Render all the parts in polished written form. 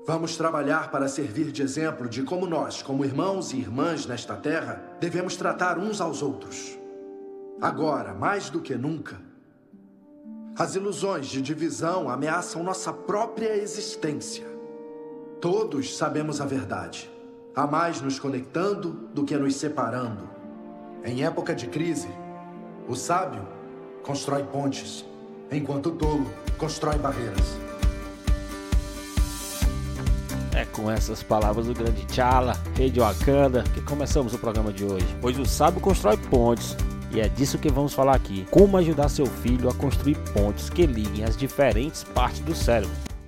Vamos trabalhar para servir de exemplo de como nós, como irmãos e irmãs nesta terra, devemos tratar uns aos outros. Agora, mais do que nunca, as ilusões de divisão ameaçam nossa própria existência. Todos sabemos a verdade. Há mais nos conectando do que nos separando. Em época de crise, o sábio constrói pontes, enquanto o tolo constrói barreiras. É com essas palavras do grande T'Challa, rei de Wakanda, que começamos o programa de hoje. Pois o sábio constrói pontes, e é disso que vamos falar aqui. Como ajudar seu filho a construir pontes que liguem as diferentes partes do cérebro.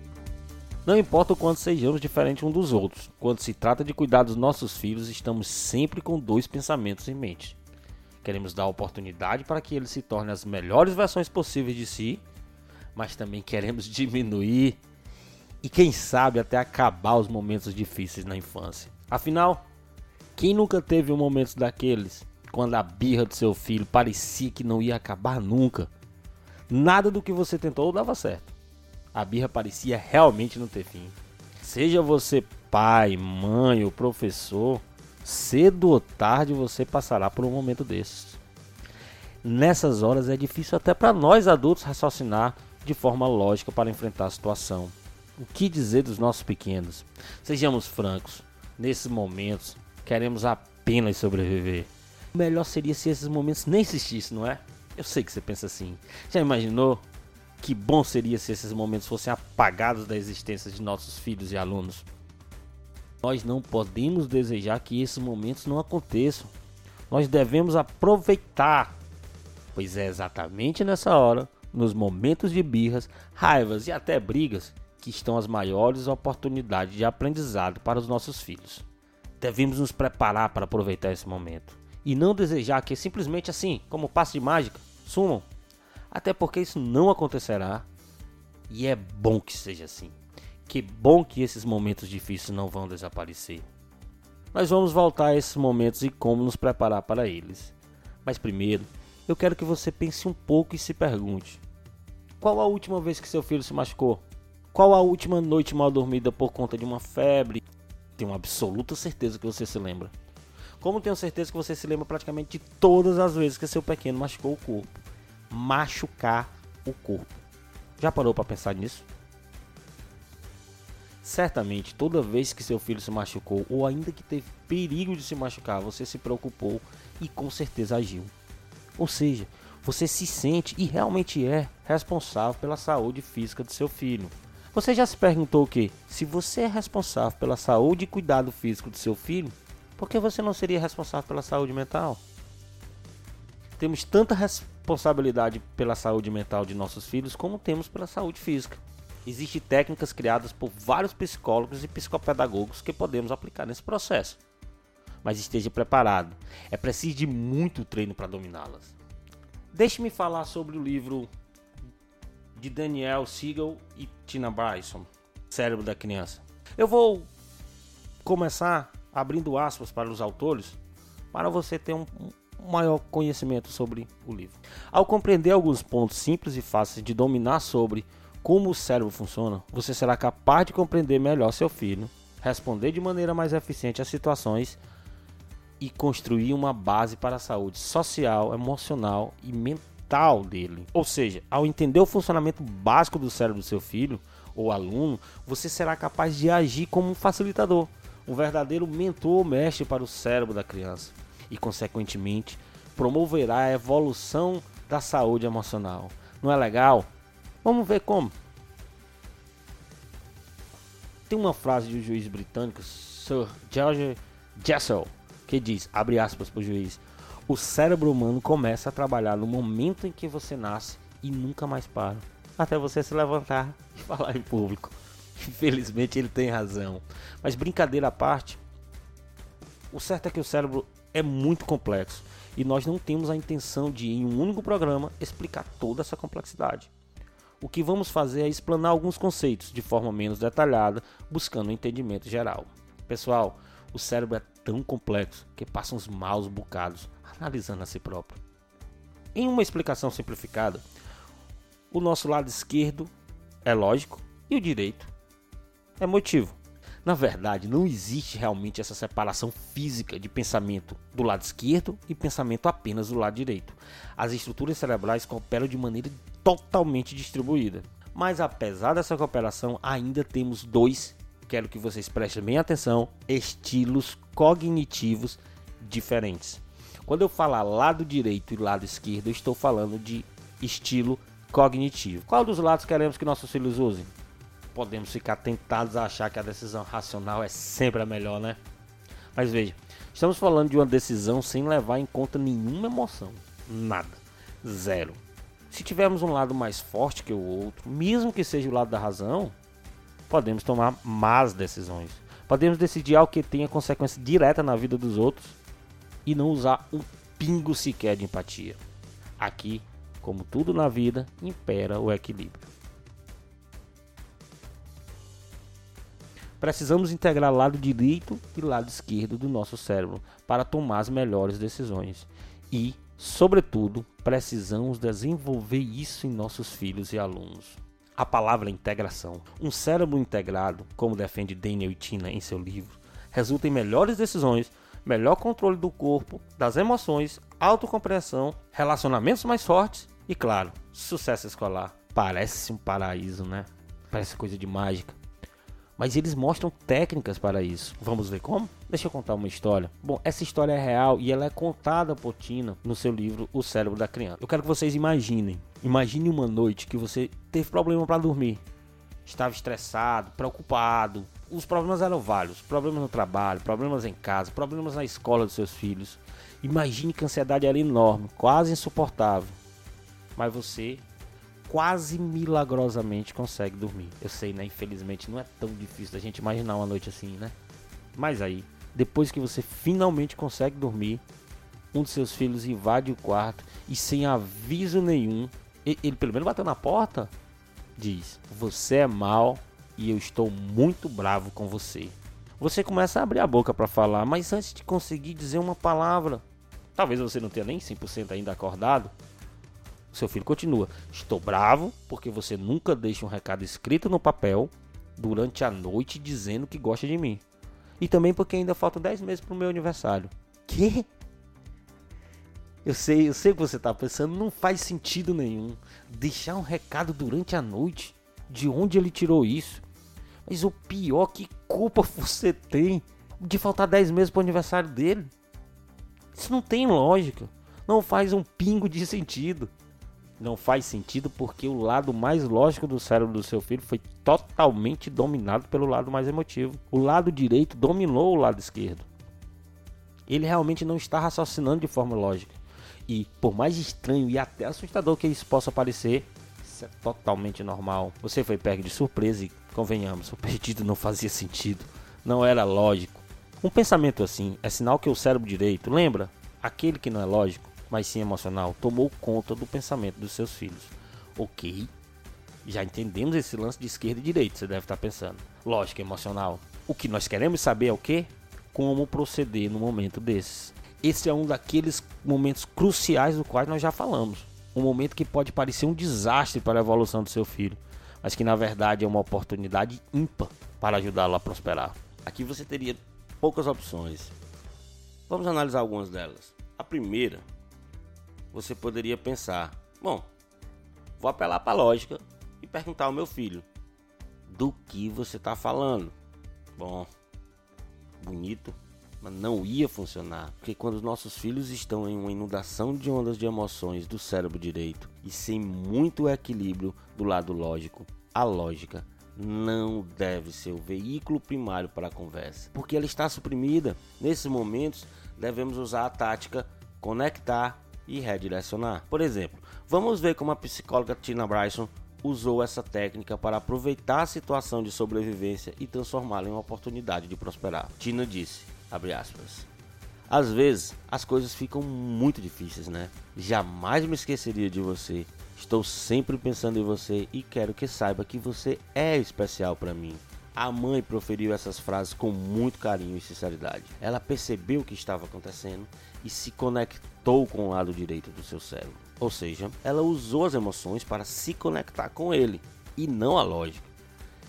Não importa o quanto sejamos diferentes um dos outros, quando se trata de cuidar dos nossos filhos, estamos sempre com dois pensamentos em mente. Queremos dar oportunidade para que eles se tornem as melhores versões possíveis de si, mas também queremos diminuir e quem sabe até acabar os momentos difíceis na infância. Afinal, quem nunca teve um momento daqueles, quando a birra do seu filho parecia que não ia acabar nunca? Nada do que você tentou dava certo. A birra parecia realmente não ter fim. Seja você pai, mãe ou professor, cedo ou tarde você passará por um momento desses. Nessas horas é difícil até para nós adultos raciocinar de forma lógica para enfrentar a situação. O que dizer dos nossos pequenos? Sejamos francos, nesses momentos queremos apenas sobreviver. O melhor seria se esses momentos nem existissem, não é? Eu sei que você pensa assim. Já imaginou? Que bom seria se esses momentos fossem apagados da existência de nossos filhos e alunos. Nós não podemos desejar que esses momentos não aconteçam. Nós devemos aproveitar, pois é exatamente nessa hora, nos momentos de birras, raivas e até brigas, que estão as maiores oportunidades de aprendizado para os nossos filhos. Devemos nos preparar para aproveitar esse momento e não desejar que simplesmente assim, como passe de mágica, sumam. Até porque isso não acontecerá e é bom que seja assim. Que bom que esses momentos difíceis não vão desaparecer. Nós vamos voltar a esses momentos e como nos preparar para eles. Mas primeiro, eu quero que você pense um pouco e se pergunte: qual a última vez que seu filho se machucou? Qual a última noite mal dormida por conta de uma febre? Tenho absoluta certeza que você se lembra. Como tenho certeza que você se lembra praticamente de todas as vezes que seu pequeno machucou o corpo. Machucar o corpo. Já parou para pensar nisso? Certamente, toda vez que seu filho se machucou, ou ainda que teve perigo de se machucar, você se preocupou e com certeza agiu. Ou seja, você se sente e realmente é responsável pela saúde física do seu filho. Você já se perguntou o quê? Se você é responsável pela saúde e cuidado físico do seu filho, por que você não seria responsável pela saúde mental? Temos tanta responsabilidade pela saúde mental de nossos filhos como temos pela saúde física. Existem técnicas criadas por vários psicólogos e psicopedagogos que podemos aplicar nesse processo. Mas esteja preparado, é preciso de muito treino para dominá-las. Deixe-me falar sobre o livro de Daniel Siegel e Tina Bryson, Cérebro da Criança. Eu vou começar abrindo aspas para os autores, para você ter um maior conhecimento sobre o livro. Ao compreender alguns pontos simples e fáceis de dominar sobre como o cérebro funciona, você será capaz de compreender melhor seu filho, responder de maneira mais eficiente às situações e construir uma base para a saúde social, emocional e mental dele. Ou seja, ao entender o funcionamento básico do cérebro do seu filho ou aluno, você será capaz de agir como um facilitador, um verdadeiro mentor ou mestre para o cérebro da criança e, consequentemente, promoverá a evolução da saúde emocional. Não é legal? Vamos ver como. Tem uma frase de um juiz britânico, Sir George Jessel, que diz, abre aspas para o juiz: o cérebro humano começa a trabalhar no momento em que você nasce e nunca mais para, até você se levantar e falar em público. Infelizmente ele tem razão. Mas brincadeira à parte, o certo é que o cérebro é muito complexo e nós não temos a intenção de, em um único programa, explicar toda essa complexidade. O que vamos fazer é explanar alguns conceitos de forma menos detalhada, buscando um entendimento geral. Pessoal, o cérebro é tão complexo que passa uns maus bocados analisando a si próprio. Em uma explicação simplificada, o nosso lado esquerdo é lógico e o direito é motivo. Na verdade, não existe realmente essa separação física de pensamento do lado esquerdo e pensamento apenas do lado direito. As estruturas cerebrais cooperam de maneira totalmente distribuída. Mas apesar dessa cooperação, ainda temos dois, quero que vocês prestem bem atenção, estilos cognitivos diferentes. Quando eu falar lado direito e lado esquerdo, eu estou falando de estilo cognitivo. Qual dos lados queremos que nossos filhos usem? Podemos ficar tentados a achar que a decisão racional é sempre a melhor, né? Mas veja, estamos falando de uma decisão sem levar em conta nenhuma emoção. Nada. Zero. Se tivermos um lado mais forte que o outro, mesmo que seja o lado da razão, podemos tomar más decisões. Podemos decidir algo que tenha consequência direta na vida dos outros e não usar um pingo sequer de empatia. Aqui, como tudo na vida, impera o equilíbrio. Precisamos integrar lado direito e lado esquerdo do nosso cérebro para tomar as melhores decisões. E, sobretudo, precisamos desenvolver isso em nossos filhos e alunos. A palavra é integração. Um cérebro integrado, como defende Daniel e Tina em seu livro, resulta em melhores decisões, melhor controle do corpo, das emoções, autocompreensão, relacionamentos mais fortes e, claro, sucesso escolar. Parece um paraíso, né? Parece coisa de mágica. Mas eles mostram técnicas para isso. Vamos ver como? Deixa eu contar uma história. Bom, essa história é real e ela é contada por Tina no seu livro O Cérebro da Criança. Eu quero que vocês imaginem. Imagine uma noite que você teve problema para dormir. Estava estressado, preocupado. Os problemas eram vários. Problemas no trabalho, problemas em casa, problemas na escola dos seus filhos. Imagine que a ansiedade era enorme, quase insuportável. Mas você quase milagrosamente consegue dormir. Eu sei, né? Infelizmente não é tão difícil da gente imaginar uma noite assim, né? Mas aí, depois que você finalmente consegue dormir, um de seus filhos invade o quarto e sem aviso nenhum, ele pelo menos bateu na porta, diz: "Você é mau e eu estou muito bravo com você." Você começa a abrir a boca para falar, mas antes de conseguir dizer uma palavra, talvez você não tenha nem 100% ainda acordado, seu filho continua: "Estou bravo porque você nunca deixa um recado escrito no papel durante a noite dizendo que gosta de mim. E também porque ainda faltam 10 meses para o meu aniversário." Que? Eu sei o que você está pensando, não faz sentido nenhum. Deixar um recado durante a noite? De onde ele tirou isso? Mas o pior, que culpa você tem de faltar 10 meses para o aniversário dele? Isso não tem lógica. Não faz um pingo de sentido. Não faz sentido porque o lado mais lógico do cérebro do seu filho foi totalmente dominado pelo lado mais emotivo. O lado direito dominou o lado esquerdo. Ele realmente não está raciocinando de forma lógica. E por mais estranho e até assustador que isso possa parecer, isso é totalmente normal. Você foi pego de surpresa e, convenhamos, o pedido não fazia sentido. Não era lógico. Um pensamento assim é sinal que o cérebro direito, lembra? Aquele que não é lógico, mas sim emocional, tomou conta do pensamento dos seus filhos. Ok, já entendemos esse lance de esquerda e direita, você deve estar pensando. Lógica emocional. O que nós queremos saber é o quê? Como proceder no momento desses. Esse é um daqueles momentos cruciais do qual nós já falamos. Um momento que pode parecer um desastre para a evolução do seu filho, mas que na verdade é uma oportunidade ímpar para ajudá-lo a prosperar. Aqui você teria poucas opções. Vamos analisar algumas delas. A primeira, você poderia pensar: bom, vou apelar para a lógica e perguntar ao meu filho: do que você está falando? Bom, bonito, mas não ia funcionar, porque quando os nossos filhos estão em uma inundação de ondas de emoções do cérebro direito e sem muito equilíbrio do lado lógico, a lógica não deve ser o veículo primário para a conversa, porque ela está suprimida. Nesses momentos, devemos usar a tática conectar e redirecionar. Por exemplo, vamos ver como a psicóloga Tina Bryson usou essa técnica para aproveitar a situação de sobrevivência e transformá-la em uma oportunidade de prosperar. Tina disse, abre aspas: "Às vezes as coisas ficam muito difíceis, né? Jamais me esqueceria de você. Estou sempre pensando em você e quero que saiba que você é especial para mim." A mãe proferiu essas frases com muito carinho e sinceridade. Ela percebeu o que estava acontecendo e se conectou com o lado direito do seu cérebro. Ou seja, ela usou as emoções para se conectar com ele e não a lógica.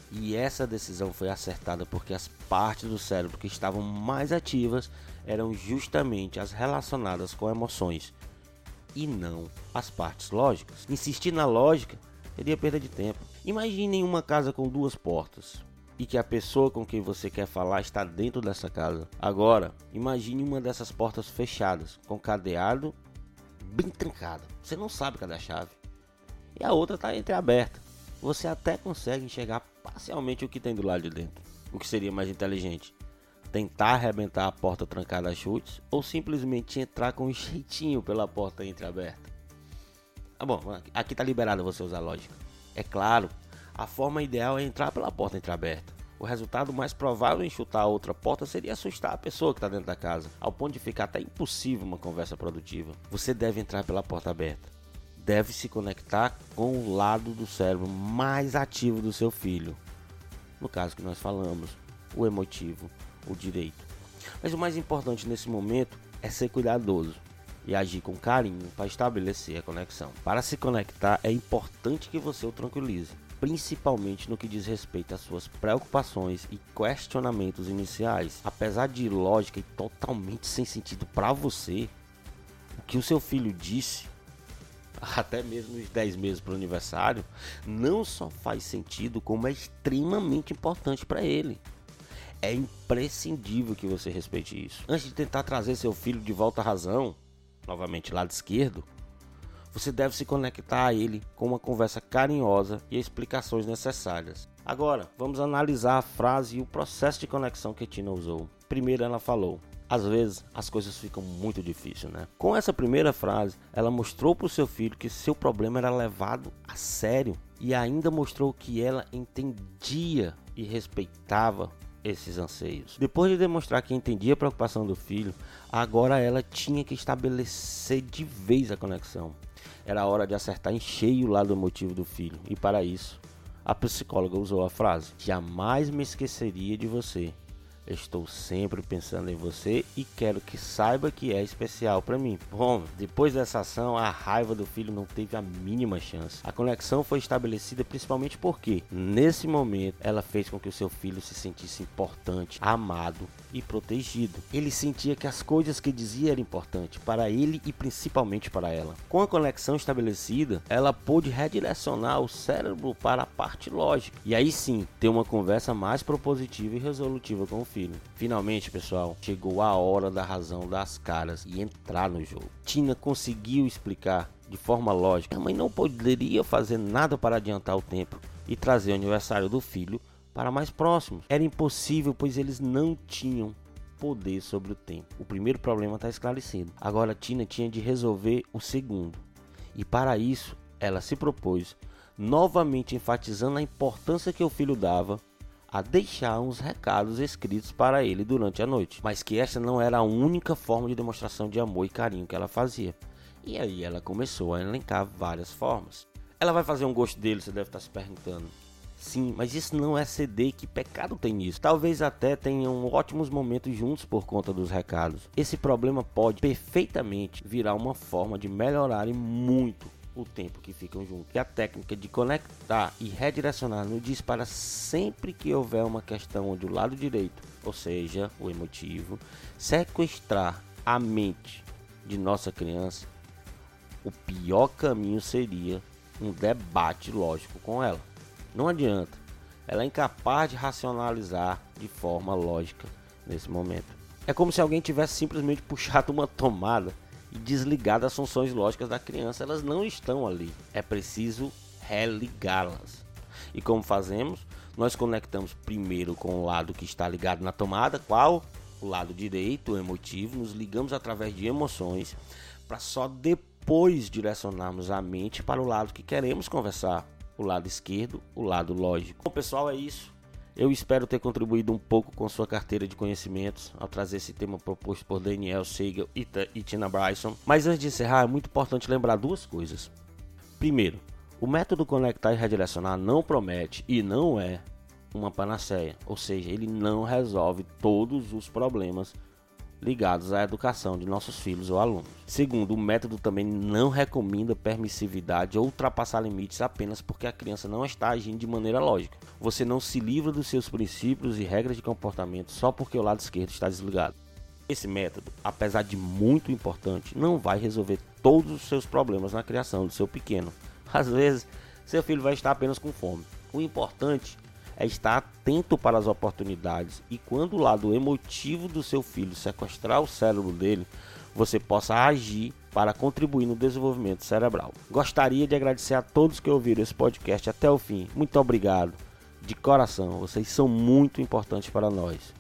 E essa decisão foi acertada porque as partes do cérebro que estavam mais ativas eram justamente as relacionadas com emoções e não as partes lógicas. Insistir na lógica seria perda de tempo. Imagine uma casa com 2 portas e que a pessoa com quem você quer falar está dentro dessa casa. Agora, imagine uma dessas portas fechadas, com cadeado bem trancada. Você não sabe cadê a chave. E a outra está entreaberta. Você até consegue enxergar parcialmente o que tem do lado de dentro. O que seria mais inteligente? Tentar arrebentar a porta trancada a chutes ou simplesmente entrar com um jeitinho pela porta entreaberta? Bom, aqui está liberado você usar lógica. É claro, a forma ideal é entrar pela porta entreaberta. O resultado mais provável em chutar a outra porta seria assustar a pessoa que está dentro da casa, ao ponto de ficar até impossível uma conversa produtiva. Você deve entrar pela porta aberta. Deve se conectar com o lado do cérebro mais ativo do seu filho. No caso que nós falamos, o emotivo, o direito. Mas o mais importante nesse momento é ser cuidadoso e agir com carinho para estabelecer a conexão. Para se conectar é importante que você o tranquilize, principalmente no que diz respeito às suas preocupações e questionamentos iniciais. Apesar de ilógica e totalmente sem sentido para você, o que o seu filho disse, até mesmo nos 10 meses para o aniversário, não só faz sentido, como é extremamente importante para ele. É imprescindível que você respeite isso. Antes de tentar trazer seu filho de volta à razão, novamente lado esquerdo, você deve se conectar a ele com uma conversa carinhosa e explicações necessárias. Agora, vamos analisar a frase e o processo de conexão que Tina usou. Primeiro ela falou: às vezes as coisas ficam muito difíceis, né? Com essa primeira frase, ela mostrou para o seu filho que seu problema era levado a sério e ainda mostrou que ela entendia e respeitava esses anseios. Depois de demonstrar que entendia a preocupação do filho, agora ela tinha que estabelecer de vez a conexão. Era hora de acertar em cheio o lado emotivo do filho e para isso, a psicóloga usou a frase: jamais me esqueceria de você. Estou sempre pensando em você e quero que saiba que é especial para mim. Bom, depois dessa ação, a raiva do filho não teve a mínima chance. A conexão foi estabelecida principalmente porque, nesse momento, ela fez com que o seu filho se sentisse importante, amado e protegido. Ele sentia que as coisas que dizia eram importantes para ele e principalmente para ela. Com a conexão estabelecida, ela pôde redirecionar o cérebro para a parte lógica. E aí sim, ter uma conversa mais propositiva e resolutiva com o filho. Finalmente, pessoal, chegou a hora da razão das caras e entrar no jogo. Tina conseguiu explicar de forma lógica que a mãe não poderia fazer nada para adiantar o tempo e trazer o aniversário do filho para mais próximos. Era impossível, pois eles não tinham poder sobre o tempo. O primeiro problema está esclarecido. Agora Tina tinha de resolver o segundo. E para isso, ela se propôs, novamente enfatizando a importância que o filho dava, a deixar uns recados escritos para ele durante a noite, mas que essa não era a única forma de demonstração de amor e carinho que ela fazia. E aí ela começou a elencar várias formas. Ela vai fazer um gosto dele, você deve estar se perguntando. Sim, mas isso não é CD, que pecado tem nisso? Talvez até tenham ótimos momentos juntos por conta dos recados. Esse problema pode perfeitamente virar uma forma de melhorarem muito o tempo que ficam juntos. E a técnica de conectar e redirecionar nos diz para sempre que houver uma questão onde o lado direito, ou seja, o emotivo, sequestrar a mente de nossa criança, o pior caminho seria um debate lógico com ela. Não adianta, ela é incapaz de racionalizar de forma lógica nesse momento. É como se alguém tivesse simplesmente puxado uma tomada e desligado as funções lógicas da criança. Elas não estão ali, é preciso religá-las. E como fazemos? Nós conectamos primeiro com o lado que está ligado na tomada, qual? O lado direito, o emotivo. Nos ligamos através de emoções para só depois direcionarmos a mente para o lado que queremos conversar, o lado esquerdo, o lado lógico. Bom, pessoal, é isso. Eu espero ter contribuído um pouco com sua carteira de conhecimentos ao trazer esse tema proposto por Daniel Siegel e Tina Bryson. Mas antes de encerrar, é muito importante lembrar duas coisas. Primeiro, o método conectar e redirecionar não promete e não é uma panaceia, ou seja, ele não resolve todos os problemas ligados à educação de nossos filhos ou alunos. Segundo, o método também não recomenda permissividade ou ultrapassar limites apenas porque a criança não está agindo de maneira lógica. Você não se livra dos seus princípios e regras de comportamento só porque o lado esquerdo está desligado. Esse método, apesar de muito importante, não vai resolver todos os seus problemas na criação do seu pequeno. Às vezes, seu filho vai estar apenas com fome. O importante é estar atento para as oportunidades e quando o lado emotivo do seu filho sequestrar o cérebro dele, você possa agir para contribuir no desenvolvimento cerebral. Gostaria de agradecer a todos que ouviram esse podcast até o fim. Muito obrigado. De coração, vocês são muito importantes para nós.